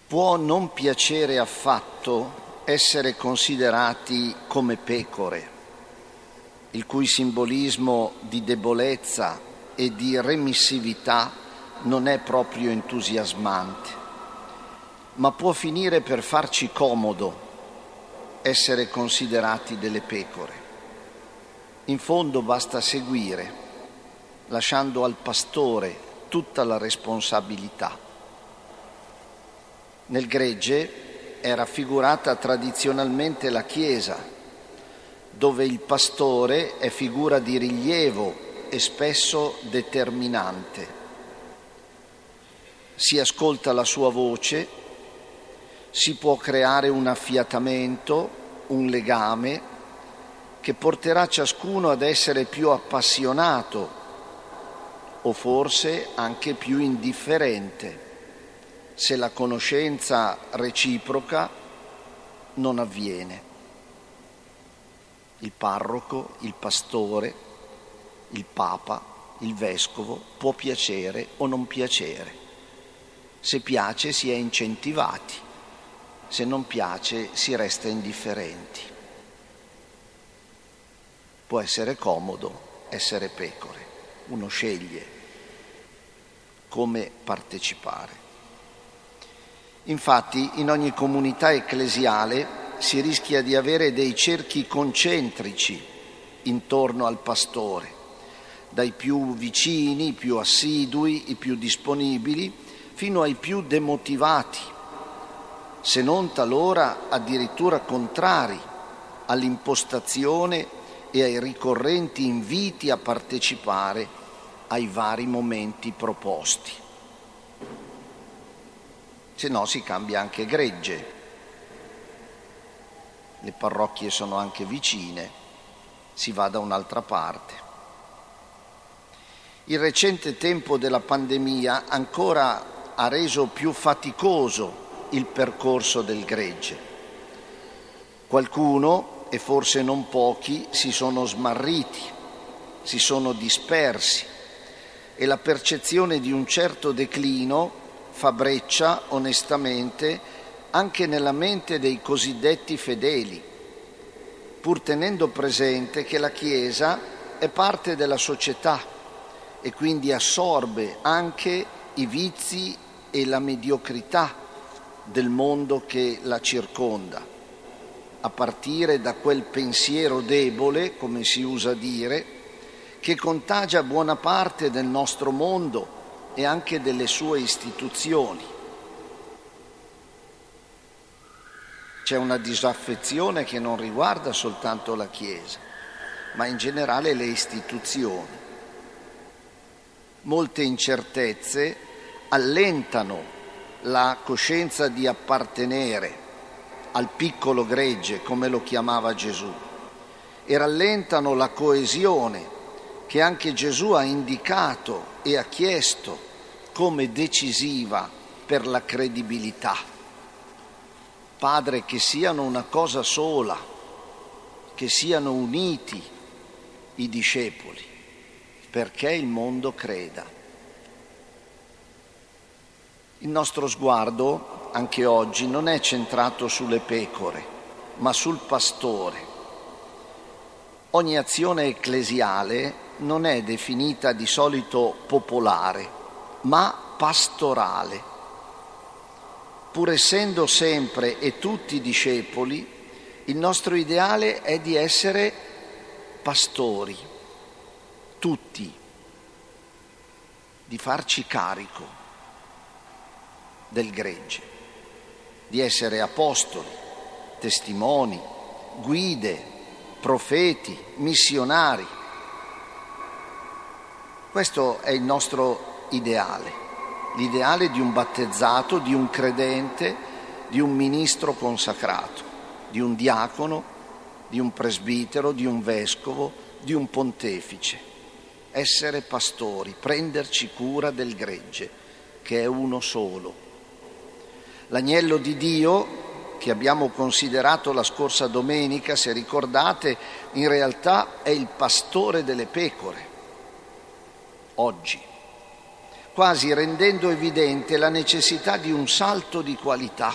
Può non piacere affatto essere considerati come pecore, il cui simbolismo di debolezza e di remissività non è proprio entusiasmante, ma può finire per farci comodo essere considerati delle pecore. In fondo basta seguire, lasciando al pastore tutta la responsabilità. Nel gregge è raffigurata tradizionalmente la Chiesa, dove il pastore è figura di rilievo e spesso determinante. Si ascolta la sua voce, si può creare un affiatamento, un legame che porterà ciascuno ad essere più appassionato o forse anche più indifferente, se la conoscenza reciproca non avviene. Il parroco, il pastore, il papa, il vescovo può piacere o non piacere. Se piace si è incentivati, se non piace si resta indifferenti. Può essere comodo essere pecore, uno sceglie come partecipare. Infatti, in ogni comunità ecclesiale si rischia di avere dei cerchi concentrici intorno al pastore, dai più vicini, i più assidui, i più disponibili, fino ai più demotivati, se non talora addirittura contrari all'impostazione e ai ricorrenti inviti a partecipare ai vari momenti proposti. Se no si cambia anche gregge. Le parrocchie sono anche vicine, si va da un'altra parte. Il recente tempo della pandemia ancora ha reso più faticoso il percorso del gregge. Qualcuno, e forse non pochi, si sono smarriti, si sono dispersi e la percezione di un certo declino fa breccia, onestamente, anche nella mente dei cosiddetti fedeli, pur tenendo presente che la Chiesa è parte della società e quindi assorbe anche i vizi e la mediocrità del mondo che la circonda, a partire da quel pensiero debole, come si usa dire, che contagia buona parte del nostro mondo e anche delle sue istituzioni. C'è una disaffezione che non riguarda soltanto la Chiesa, ma in generale le istituzioni. Molte incertezze allentano la coscienza di appartenere al piccolo gregge, come lo chiamava Gesù, e rallentano la coesione che anche Gesù ha indicato e ha chiesto come decisiva per la credibilità. Padre, che siano una cosa sola, che siano uniti i discepoli, perché il mondo creda. Il nostro sguardo, anche oggi, non è centrato sulle pecore, ma sul pastore. Ogni azione ecclesiale non è definita di solito popolare, ma pastorale. Pur essendo sempre e tutti discepoli, il nostro ideale è di essere pastori, tutti, di farci carico del gregge, di essere apostoli, testimoni, guide, profeti, missionari. Questo è il nostro ideale, l'ideale di un battezzato, di un credente, di un ministro consacrato, di un diacono, di un presbitero, di un vescovo, di un pontefice. Essere pastori, prenderci cura del gregge, che è uno solo. L'agnello di Dio, che abbiamo considerato la scorsa domenica, se ricordate, in realtà è il pastore delle pecore, oggi, quasi rendendo evidente la necessità di un salto di qualità,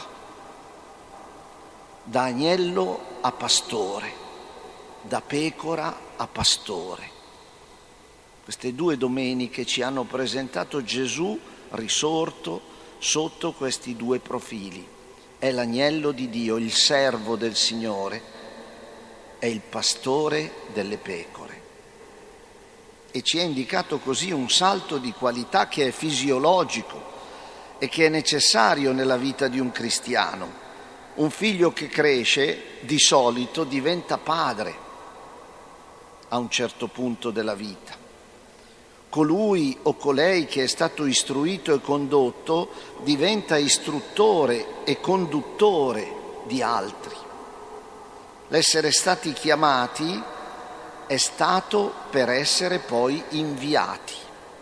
da agnello a pastore, da pecora a pastore. Queste 2 domeniche ci hanno presentato Gesù risorto sotto questi 2 profili. È l'agnello di Dio, il servo del Signore, è il pastore delle pecore. E ci ha indicato così un salto di qualità che è fisiologico e che è necessario nella vita di un cristiano. Un figlio che cresce di solito diventa padre a un certo punto della vita. Colui o colei che è stato istruito e condotto diventa istruttore e conduttore di altri. L'essere stati chiamati è stato per essere poi inviati.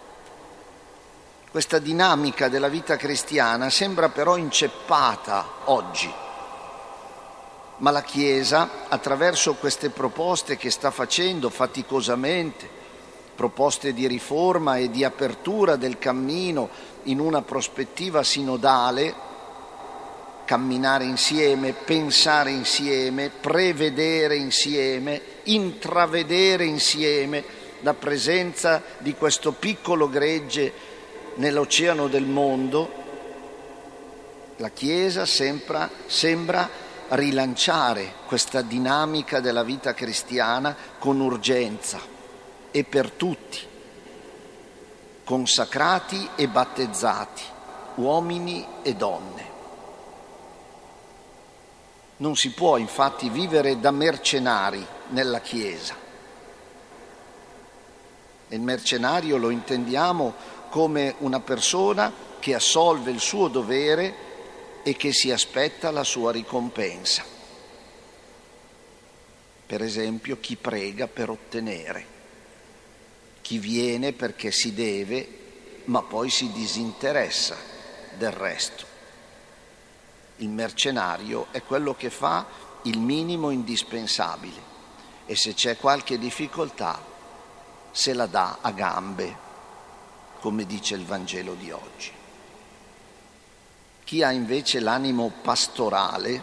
Questa dinamica della vita cristiana sembra però inceppata oggi, ma la Chiesa, attraverso queste proposte che sta facendo faticosamente, proposte di riforma e di apertura del cammino in una prospettiva sinodale, camminare insieme, pensare insieme, prevedere insieme, intravedere insieme la presenza di questo piccolo gregge nell'oceano del mondo, la Chiesa sembra rilanciare questa dinamica della vita cristiana con urgenza e per tutti, consacrati e battezzati, uomini e donne. Non si può infatti vivere da mercenari nella Chiesa. Il mercenario lo intendiamo come una persona che assolve il suo dovere e che si aspetta la sua ricompensa. Per esempio, chi prega per ottenere, chi viene perché si deve, ma poi si disinteressa del resto. Il mercenario è quello che fa il minimo indispensabile e se c'è qualche difficoltà se la dà a gambe, come dice il Vangelo di oggi. Chi ha invece l'animo pastorale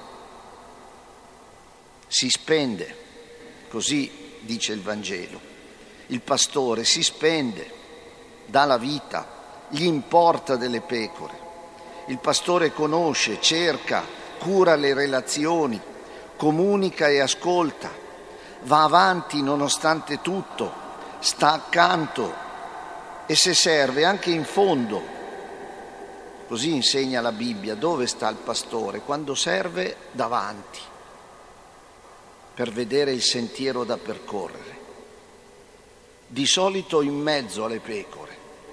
si spende, così dice il Vangelo. Il pastore si spende, dà la vita, gli importa delle pecore. Il pastore conosce, cerca, cura le relazioni, comunica e ascolta, va avanti nonostante tutto, sta accanto e se serve anche in fondo. Così insegna la Bibbia. Dove sta il pastore? Quando serve, davanti, per vedere il sentiero da percorrere. Di solito in mezzo alle pecore.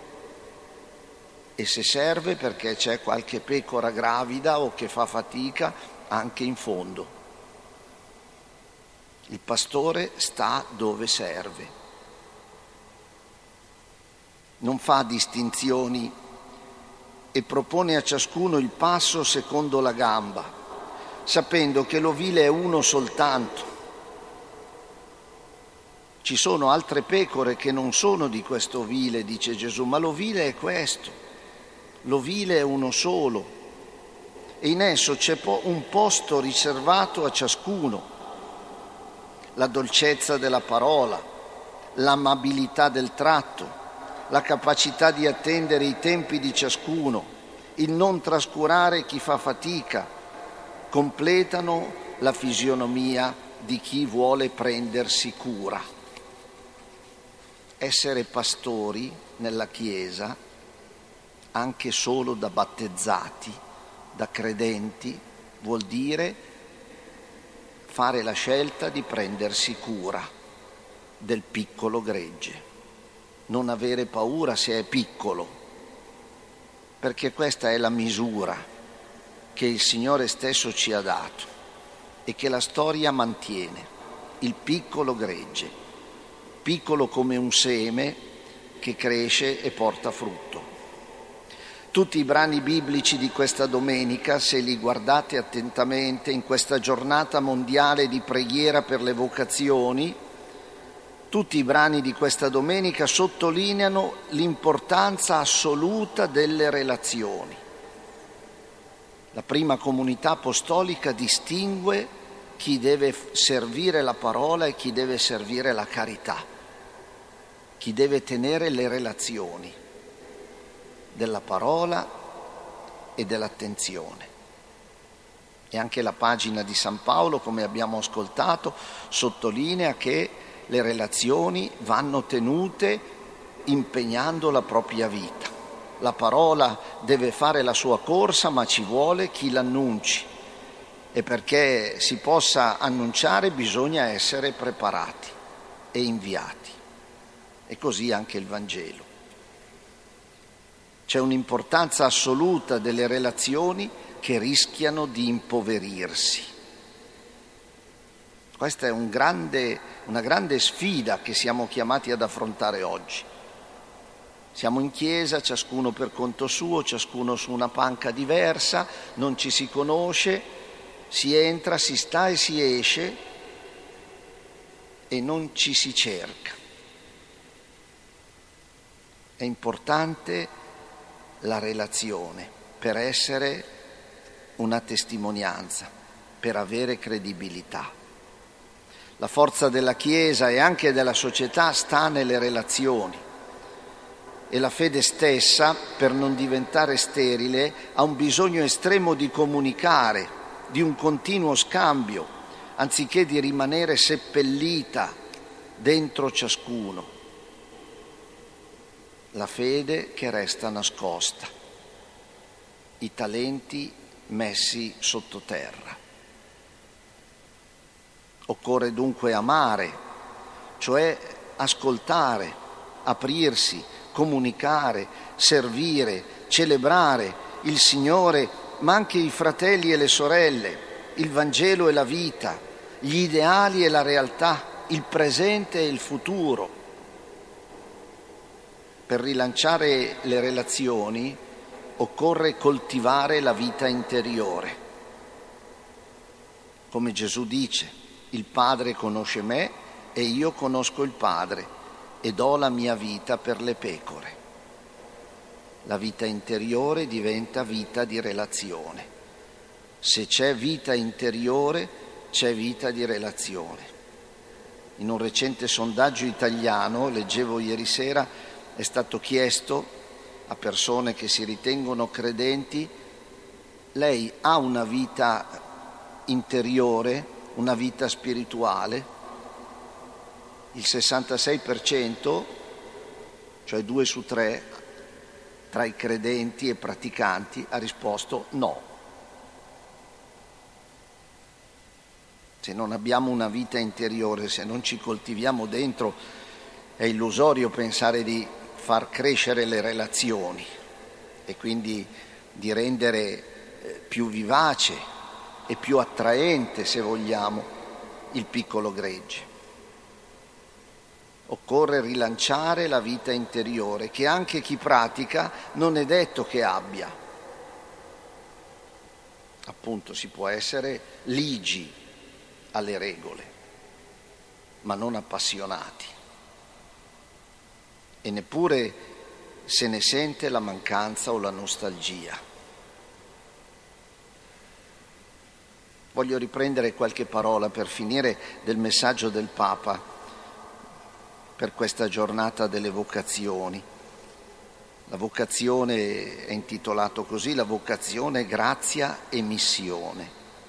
E se serve perché c'è qualche pecora gravida o che fa fatica, anche in fondo. Il pastore sta dove serve. Non fa distinzioni e propone a ciascuno il passo secondo la gamba, sapendo che l'ovile è uno soltanto. Ci sono altre pecore che non sono di questo ovile, dice Gesù, ma l'ovile è questo. L'ovile è uno solo e in esso c'è un posto riservato a ciascuno. La dolcezza della parola, l'amabilità del tratto, la capacità di attendere i tempi di ciascuno, il non trascurare chi fa fatica, completano la fisionomia di chi vuole prendersi cura. Essere pastori nella Chiesa, anche solo da battezzati, da credenti, vuol dire fare la scelta di prendersi cura del piccolo gregge, non avere paura se è piccolo, perché questa è la misura che il Signore stesso ci ha dato e che la storia mantiene, il piccolo gregge, piccolo come un seme che cresce e porta frutto. Tutti i brani biblici di questa domenica, se li guardate attentamente in questa giornata mondiale di preghiera per le vocazioni, Tutti i brani di questa domenica sottolineano l'importanza assoluta delle relazioni. La prima comunità apostolica distingue chi deve servire la parola e chi deve servire la carità, chi deve tenere le relazioni della parola e dell'attenzione. E anche la pagina di San Paolo, come abbiamo ascoltato, sottolinea che le relazioni vanno tenute impegnando la propria vita. La parola deve fare la sua corsa, ma ci vuole chi l'annunci. E perché si possa annunciare bisogna essere preparati e inviati. E così anche il Vangelo. C'è un'importanza assoluta delle relazioni che rischiano di impoverirsi. Questa è una grande sfida che siamo chiamati ad affrontare oggi. Siamo in chiesa, ciascuno per conto suo, ciascuno su una panca diversa, non ci si conosce, si entra, si sta e si esce e non ci si cerca. È importante la relazione per essere una testimonianza, per avere credibilità. La forza della Chiesa e anche della società sta nelle relazioni e la fede stessa, per non diventare sterile, ha un bisogno estremo di comunicare, di un continuo scambio, anziché di rimanere seppellita dentro ciascuno. La fede che resta nascosta, i talenti messi sottoterra. Occorre dunque amare, cioè ascoltare, aprirsi, comunicare, servire, celebrare il Signore, ma anche i fratelli e le sorelle, il Vangelo e la vita, gli ideali e la realtà, il presente e il futuro. Per rilanciare le relazioni occorre coltivare la vita interiore. Come Gesù dice, il Padre conosce me e io conosco il Padre e do la mia vita per le pecore. La vita interiore diventa vita di relazione. Se c'è vita interiore, c'è vita di relazione. In un recente sondaggio italiano, leggevo ieri sera, è stato chiesto a persone che si ritengono credenti: lei ha una vita interiore, una vita spirituale? Il 66%, cioè 2 su 3, tra i credenti e praticanti, ha risposto no. Se non abbiamo una vita interiore, se non ci coltiviamo dentro, è illusorio pensare di far crescere le relazioni e quindi di rendere più vivace e più attraente, se vogliamo, il piccolo gregge. Occorre rilanciare la vita interiore, che anche chi pratica non è detto che abbia. Appunto, si può essere ligi alle regole, ma non appassionati. E neppure se ne sente la mancanza o la nostalgia. Voglio riprendere qualche parola per finire del messaggio del Papa per questa giornata delle vocazioni. La vocazione è intitolato così: la vocazione, grazia e missione.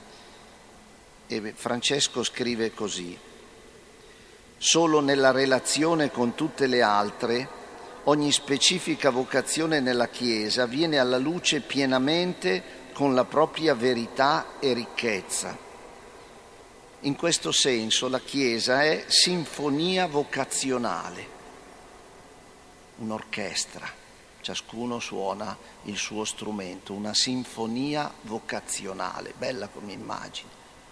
E Francesco scrive così: solo nella relazione con tutte le altre ogni specifica vocazione nella Chiesa viene alla luce pienamente con la propria verità e ricchezza. In questo senso la Chiesa è sinfonia vocazionale, un'orchestra, ciascuno suona il suo strumento, una sinfonia vocazionale, bella come immagine.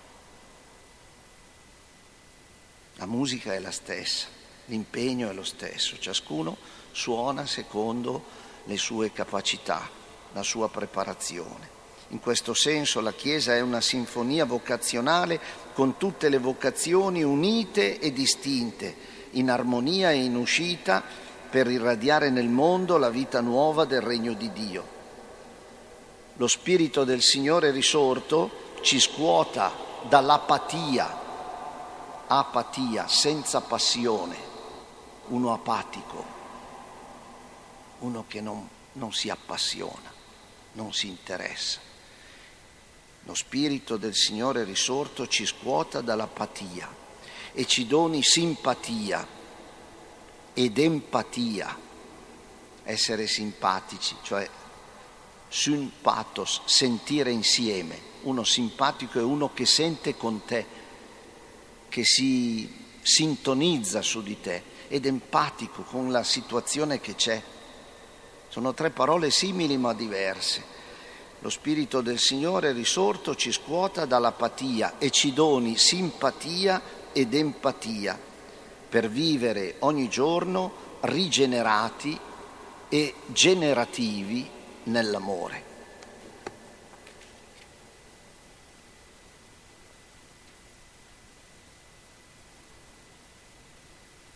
La musica è la stessa, l'impegno è lo stesso, ciascuno suona secondo le sue capacità, la sua preparazione. In questo senso la Chiesa è una sinfonia vocazionale con tutte le vocazioni unite e distinte in armonia e in uscita per irradiare nel mondo la vita nuova del regno di Dio. Lo Spirito del Signore risorto ci scuota dall'apatia, apatia, senza passione, uno apatico, uno che non si appassiona, non si interessa. Lo Spirito del Signore risorto ci scuota dall'apatia e ci doni simpatia ed empatia, essere simpatici, cioè sympathos, sentire insieme. Uno simpatico è uno che sente con te, che si sintonizza su di te, ed empatico con la situazione che c'è. Sono tre parole simili ma diverse. Lo Spirito del Signore risorto ci scuota dall'apatia e ci doni simpatia ed empatia per vivere ogni giorno rigenerati e generativi nell'amore.